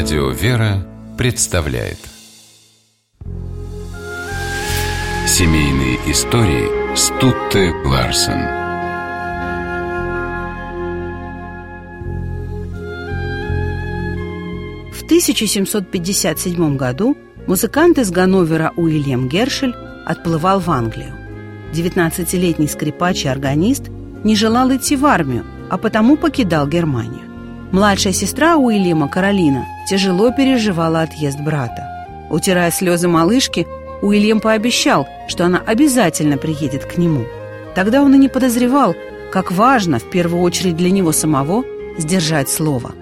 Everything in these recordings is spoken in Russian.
Радио «Вера» представляет Семейные истории Стутте Ларсен. В 1757 году музыкант из Ганновера Уильям Гершель отплывал в Англию. 19-летний скрипач и органист не желал идти в армию, а потому покидал Германию. Младшая сестра Уильяма, Каролина, тяжело переживала отъезд брата. Утирая слезы малышки, Уильям пообещал, что она обязательно приедет к нему. Тогда он и не подозревал, как важно, в первую очередь для него самого, сдержать слово.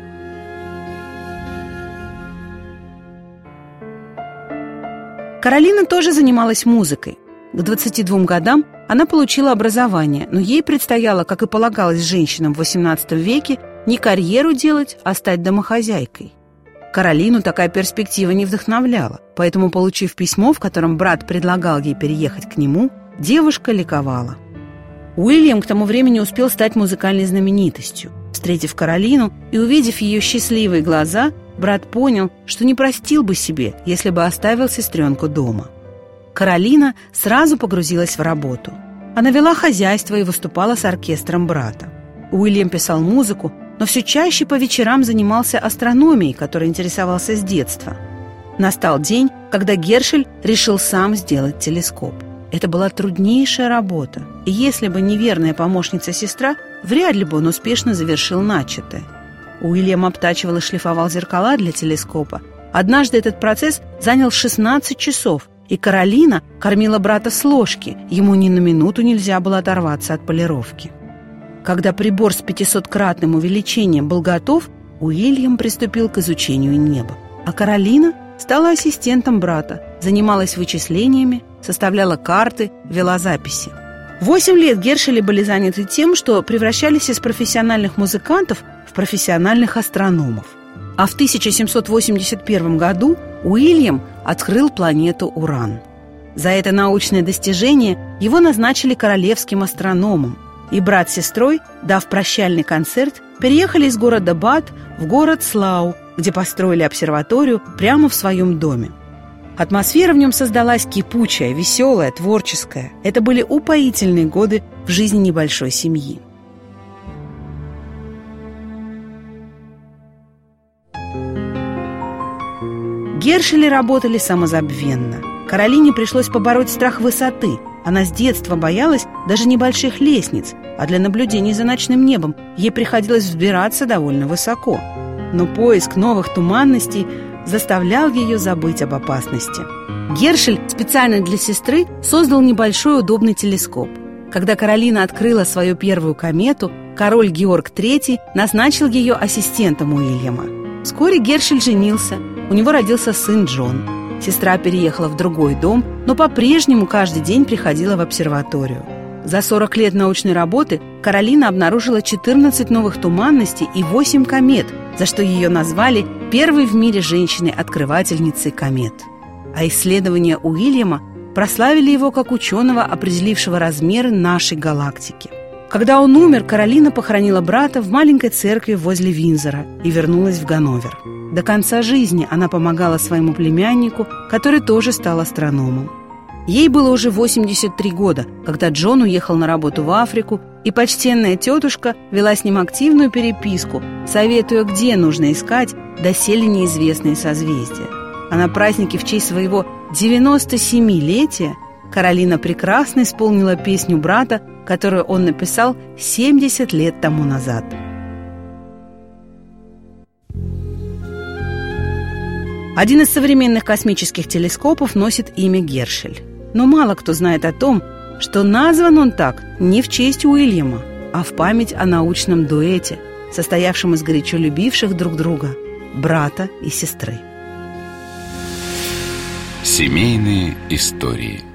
Каролина тоже занималась музыкой. К 22 годам она получила образование, но ей предстояло, как и полагалось женщинам в XVIII веке, не карьеру делать, а стать домохозяйкой. Каролину такая перспектива не вдохновляла, поэтому, получив письмо, в котором брат предлагал ей переехать к нему, девушка ликовала. Уильям к тому времени успел стать музыкальной знаменитостью. Встретив Каролину и увидев ее счастливые глаза, брат понял, что не простил бы себе, если бы оставил сестренку дома. Каролина сразу погрузилась в работу. Она вела хозяйство и выступала с оркестром брата. Уильям писал музыку, но все чаще по вечерам занимался астрономией, которой интересовался с детства. Настал день, когда Гершель решил сам сделать телескоп. Это была труднейшая работа, и если бы не верная помощница-сестра, вряд ли бы он успешно завершил начатое. Уильям обтачивал и шлифовал зеркала для телескопа. Однажды этот процесс занял 16 часов, и Каролина кормила брата с ложки, ему ни на минуту нельзя было оторваться от полировки. Когда прибор с 500-кратным увеличением был готов, Уильям приступил к изучению неба, а Каролина стала ассистентом брата, занималась вычислениями, составляла карты, вела записи. 8 лет Гершели были заняты тем, что превращались из профессиональных музыкантов в профессиональных астрономов. А в 1781 году Уильям открыл планету Уран. За это научное достижение его назначили королевским астрономом, и брат с сестрой, дав прощальный концерт, переехали из города Бат в город Слау, где построили обсерваторию прямо в своем доме. Атмосфера в нем создалась кипучая, веселая, творческая. Это были упоительные годы в жизни небольшой семьи. Гершели работали самозабвенно. Каролине пришлось побороть страх высоты. Она с детства боялась даже небольших лестниц, а для наблюдений за ночным небом ей приходилось взбираться довольно высоко. Но поиск новых туманностей заставлял ее забыть об опасности. Гершель специально для сестры создал небольшой удобный телескоп. Когда Каролина открыла свою первую комету, король Георг III назначил ее ассистентом Уильяма. Вскоре Гершель женился, у него родился сын Джон. Сестра переехала в другой дом, но по-прежнему каждый день приходила в обсерваторию. За 40 лет научной работы Каролина обнаружила 14 новых туманностей и 8 комет, за что ее назвали первой в мире женщиной-открывательницей комет. А исследования Уильяма прославили его как ученого, определившего размеры нашей галактики. Когда он умер, Каролина похоронила брата в маленькой церкви возле Виндзора и вернулась в Ганновер. До конца жизни она помогала своему племяннику, который тоже стал астрономом. Ей было уже 83 года, когда Джон уехал на работу в Африку, и почтенная тетушка вела с ним активную переписку, советуя, где нужно искать доселе неизвестные созвездия. А на празднике в честь своего 97-летия Каролина прекрасно исполнила песню брата, которую он написал 70 лет тому назад. Один из современных космических телескопов носит имя Гершель. Но мало кто знает о том, что назван он так не в честь Уильяма, а в память о научном дуэте, состоявшем из горячо любивших друг друга брата и сестры. Семейные истории.